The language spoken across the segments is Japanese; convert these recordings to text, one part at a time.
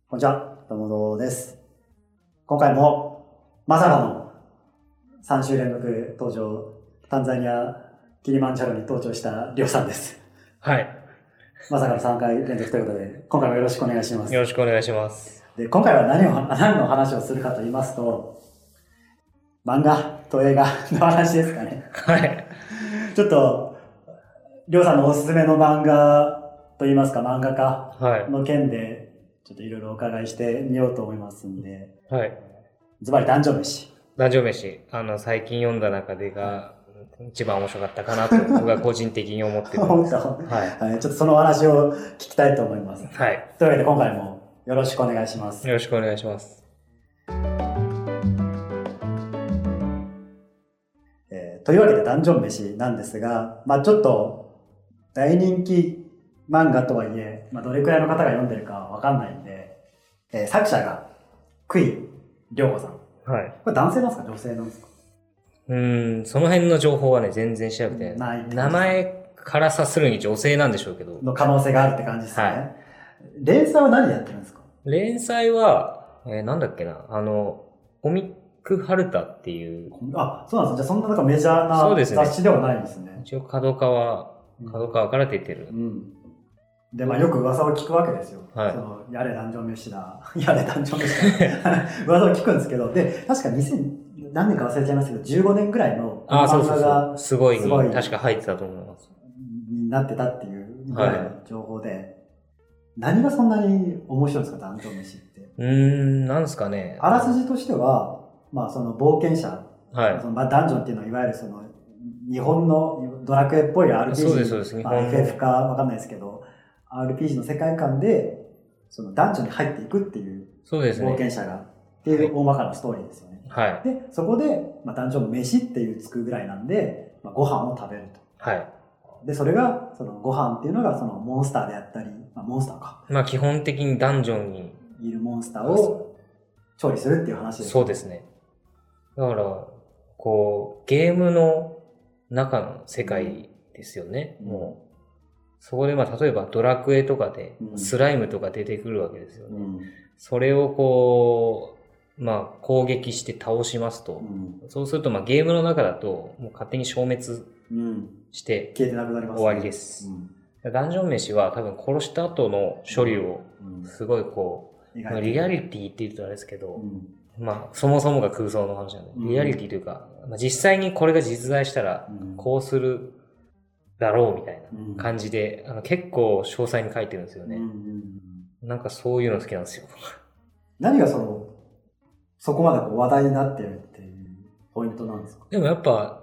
こんにちは、友です。今回も、まさかの3週連続登場、タンザニア、キリマンジャロに登場したりょうさんです。 はい。 まさかの3回連続ということで、今回もよろしくお願いします。 よろしくお願いします。 で、今回は何の話をするかと言いますと、漫画と映画の話ですかね。 はい。 ちょっと、りょうさんのおすすめの漫画と言いますか、漫画家の件で、ちょっといろいろお伺いしてみようと思いますんで。 はい。 ズバリダンジョン飯。 ダンジョン飯。最近読んだ中でが、一番面白かったかなと、僕は個人的に思ってます。 はい。ちょっとそのお話を聞きたいと思います。 はい。 というわけで今回もよろしくお願いします。 よろしくお願いします。 というわけでダンジョン飯なんですが、ちょっと大人気漫画とはいえ、どれくらいの方が読んでるかわかんないんで、作者が久井涼子さん。 はい。 これ男性なんですか女性なんですか？ その辺の情報はね、全然調べてない。 名前から察するに女性なんでしょうけど。 の可能性があるって感じですね。はい。連載は何やってるんですか？ 連載は、なんだっけな、コミックハルタっていう。 あ、そうなんです。じゃあそんなメジャーな雑誌ではないんですね。 一応角川から出てる。 で、よく噂を聞くわけですよ。 はい。 やれダンジョン飯だ。やれダンジョン飯だ。噂を聞くんですけど、で、確か2000何年か忘れちゃいましたけど、15年ぐらいの漫画がすごい確か入ってたと思います。 になってたっていうぐらいの情報で、何がそんなに面白いんですか、ダンジョン飯って。 なんですかね。 あらすじとしては、その冒険者、 はい。 ダンジョンっていうのは、いわゆる日本のドラクエっぽい RPG、 そうです、そうです。 FF かわかんないですけど、RPG の世界観で、ダンジョンに入っていくっていう、 そうですね。 冒険者が、っていう大まかなストーリーですよね。 はい。 で、そこで、ダンジョン飯っていうつくぐらいなんで、ご飯を食べると。 はい。 で、それが、ご飯っていうのが、モンスターであったり、モンスターか。 基本的にダンジョンにいるモンスターを調理するっていう話です。 そうですね。だから、ゲームの中の世界ですよね。もう。そこで例えばドラクエとかでスライムとか出てくるわけですよね。それを攻撃して倒しますと。そうするとゲームの中だともう勝手に消滅して消えてなくなります。 終わりです。ダンジョン飯は多分殺した後の処理をすごいリアリティって言うとあれですけど、そもそもが空想の話なんで、リアリティというか、実際にこれが実在したらこうするだろうみたいな感じで、結構詳細に書いてるんですよね。なんかそういうの好きなんですよ。何がそこまで話題になってるっていうポイントなんですか？ でもやっぱ、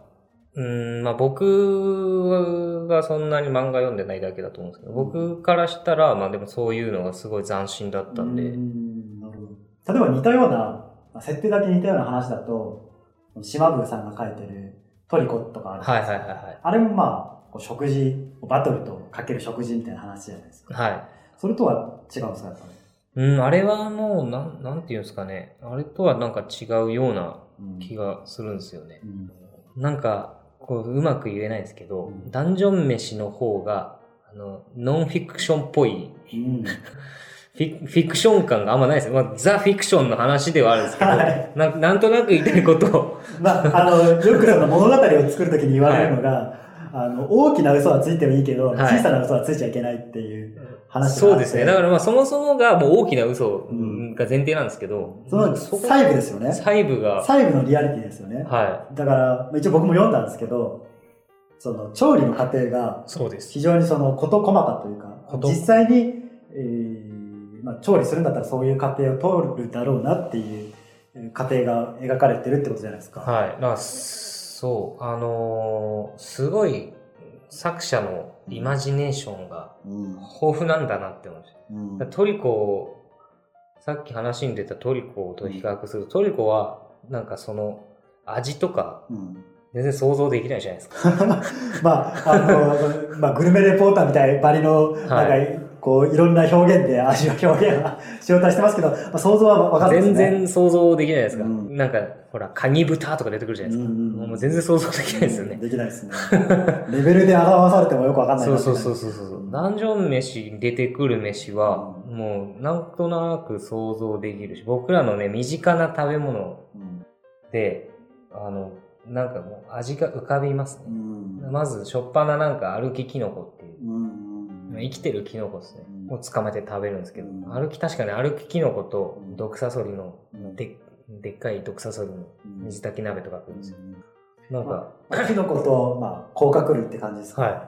僕がそんなに漫画読んでないだけだと思うんですけど、僕からしたら、でもそういうのがすごい斬新だったんで。 なるほど。例えば似たような、設定だけ似たような話だと、島風さんが書いてるトリコとかあるじゃないですか。あれも食事、バトルとかける食事みたいな話じゃないですか。はい。それとは違うんですか、やっぱり。あれはもう、なんていうんですかね。あれとはなんか違うような気がするんですよね。なんか、うまく言えないですけど、ダンジョン飯の方が、ノンフィクションっぽい、フィクション感があんまないです。ザ・フィクションの話ではあるんですけど、なんとなく言いたいことを。 よく物語を作るときに言われるのが、大きな嘘はついてもいいけど、小さな嘘はついちゃいけないっていう話そうですね。だからそもそもがもう大きな嘘が前提なんですけど、 その細部ですよね。細部のリアリティですよね。はい。だから、一応僕も読んだんですけど、調理の過程が、非常に事細かというか、実際に、調理するんだったらそういう過程を通るだろうなっていう過程が描かれてるってことじゃないですか。 はい。だからそう、すごい作者のイマジネーションが豊富なんだなって思いました。トリコ、さっき話に出たトリコと比較すると、トリコはなんか味とか、全然想像できないじゃないですか。 グルメレポーターみたいなバリの、 こういろんな表現で味を表現しようとしてますけど、想像は分かんないですね。 全然想像できないですか。なんか、ほら、カニ豚とか出てくるじゃないですか。もう全然想像できないですよね。 できないですね。レベルで表されてもよく分かんないな。 そう。ダンジョン飯に出てくる飯は、もうなんとなく想像できるし、僕らのね、身近な食べ物で、なんかもう味が浮かびますね。まず、しょっぱななんか歩きキノコっていう。生きてるキノコですね。を捕まえて食べるんですけど、確かに歩きキノコと毒サソリのでっかい毒サソリの水炊き鍋とか来るんですよ。なんか、 キノコと、甲殻類って感じですか？ はい。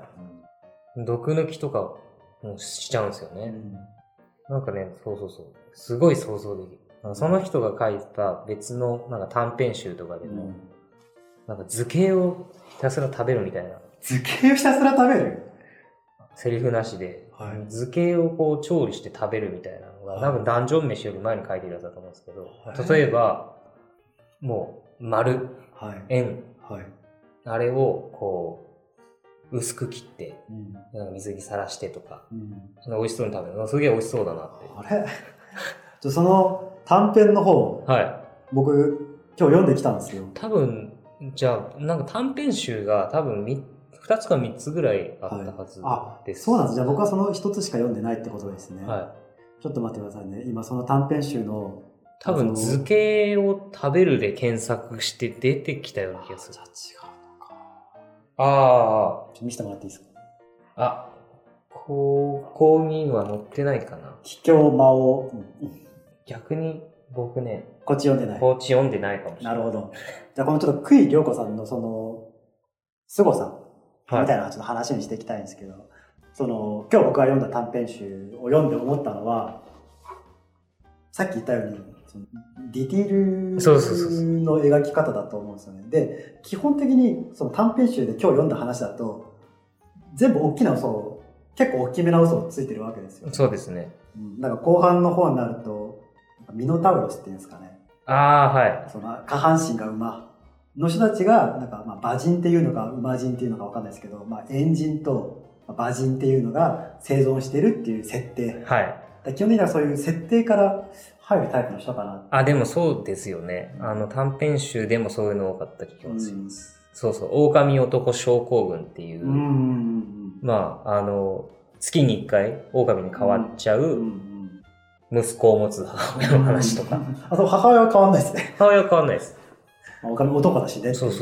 毒抜きとかもしちゃうんですよね。なんかね、そう。すごい想像できる。その人が書いた別のなんか短編集とかでも、なんか図形をひたすら食べるみたいな。 図形をひたすら食べる？ セリフなしで、図形をこう調理して食べるみたいなのが、多分ダンジョン飯より前に書いてるやつだと思うんですけど、例えば、もう丸、円、あれをこう、薄く切って、なんか水にさらしてとか、美味しそうに食べる。すげえ美味しそうだなって。 あれその短編の方、僕今日読んできたんですよ。 多分、じゃあ、なんか短編集が多分2つか3つぐらいあったはずです。 そうなんです。じゃあ僕はその1つしか読んでないってことですね。ちょっと待ってくださいね。今その短編集の多分図形を食べるで検索して出てきたような気がする。 じゃあ違うのか。 ちょっと見せてもらっていいですか？ここには載ってないかな。 秘境魔王。 逆に僕ね、 こっち読んでない。 こっち読んでないかもしれない。 なるほど。じゃあこのちょっと久井涼子さんのその凄さみたいなちょっと話にしていきたいんですけど、今日僕が読んだ短編集を読んで思ったのは、さっき言ったようにディティールの描き方だと思うんですよね。で、基本的にその短編集で今日読んだ話だと全部大きな嘘を、結構大きめな嘘をついてるわけですよ。 そうですね。 なんか後半の方になるとミノタウロスっていうんですかね。その下半身が馬の人たちがなんか馬人っていうのか馬人っていうのか分かんないですけど、猿人と馬人っていうのが生存してるっていう設定。基本的にはそういう設定から入るタイプの人かな。 でもそうですよね。短編集でもそういうの多かった気がします。狼男症候群っていう、月に1回狼に変わっちゃう息子を持つ母親の話とか。 母親は変わんないですね。 母親は変わんないです。 男だしね。 そう。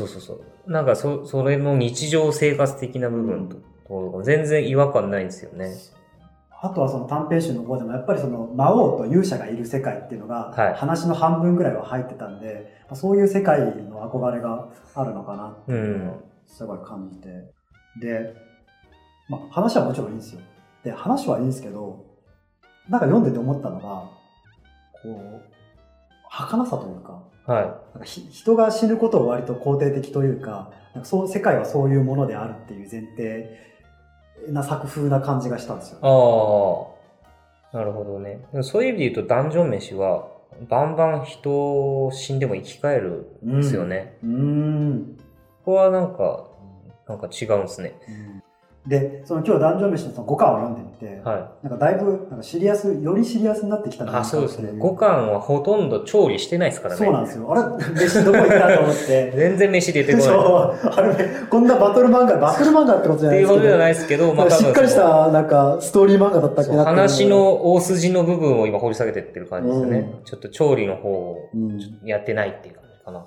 なんかそれの日常生活的な部分と全然違和感ないんですよね。 あとはその短編集の方でもやっぱりその魔王と勇者がいる世界っていうのが話の半分ぐらいは入ってたんで、そういう世界の憧れがあるのかなっていうのをすごい感じて。で、話はもちろんいいんですよ。で、話はいいんですけど、なんか読んでて思ったのが、こう、儚さというか、なんか人が死ぬことを割と肯定的というか、世界はそういうものであるっていう前提な作風な感じがしたんですよ、 なるほどね。そういう意味で言うとダンジョン飯はバンバン人死んでも生き返るんですよね。ここはなんか違うんですね。 で、今日ダンジョン飯の5巻を読んでみて、なんかだいぶよりシリアスになってきたな。 そうですね。5巻はほとんど調理してないですからね。 そうなんですよ。あれ、飯どこ行ったと思って。 全然飯出てこない。 あれ、こんなバトル漫画ってことじゃないですけど。っていうことじゃないですけど、 しっかりしたなんかストーリー漫画だったっけなって。 話の大筋の部分を今掘り下げてってる感じですよね。ちょっと調理の方をやってないっていう感じかな。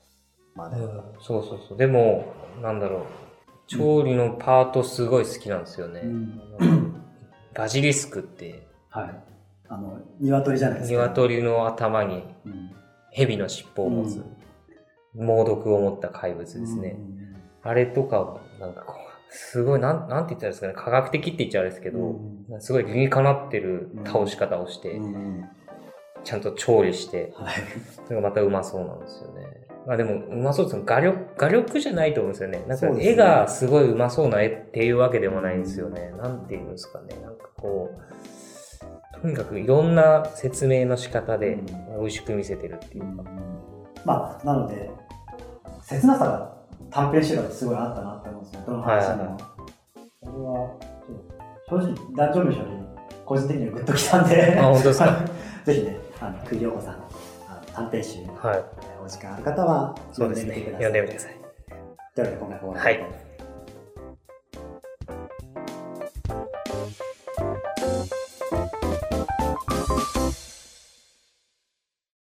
そう。でも、なんだろう。調理のパートすごい好きなんですよね。バジリスクって、 鶏じゃないですか。 鶏の頭に蛇の尻尾を持つ猛毒を持った怪物ですね。あれとかなんかこうすごいなんて言ったらいいですかね、科学的って言っちゃうんですけど、すごい理にかなってる倒し方をして、ちゃんと調理して、それがまたうまそうなんですよね。でもうまそうですね。画力じゃないと思うんですよね。なんか絵がすごいうまそうな絵っていうわけでもないんですよね。なんていうんですかね。なんかこう、とにかくいろんな説明の仕方で美味しく見せてるっていうか。 なので、切なさが短編集がすごいあったなって思うんですよ。どの話も。これは、正直、ダンジョン飯より個人的にはグッときたんで、 本当ですか。 ぜひね、久井陽子さんの探偵集、お時間ある方は読んでみてください。 というわけで今回ここまで。はい。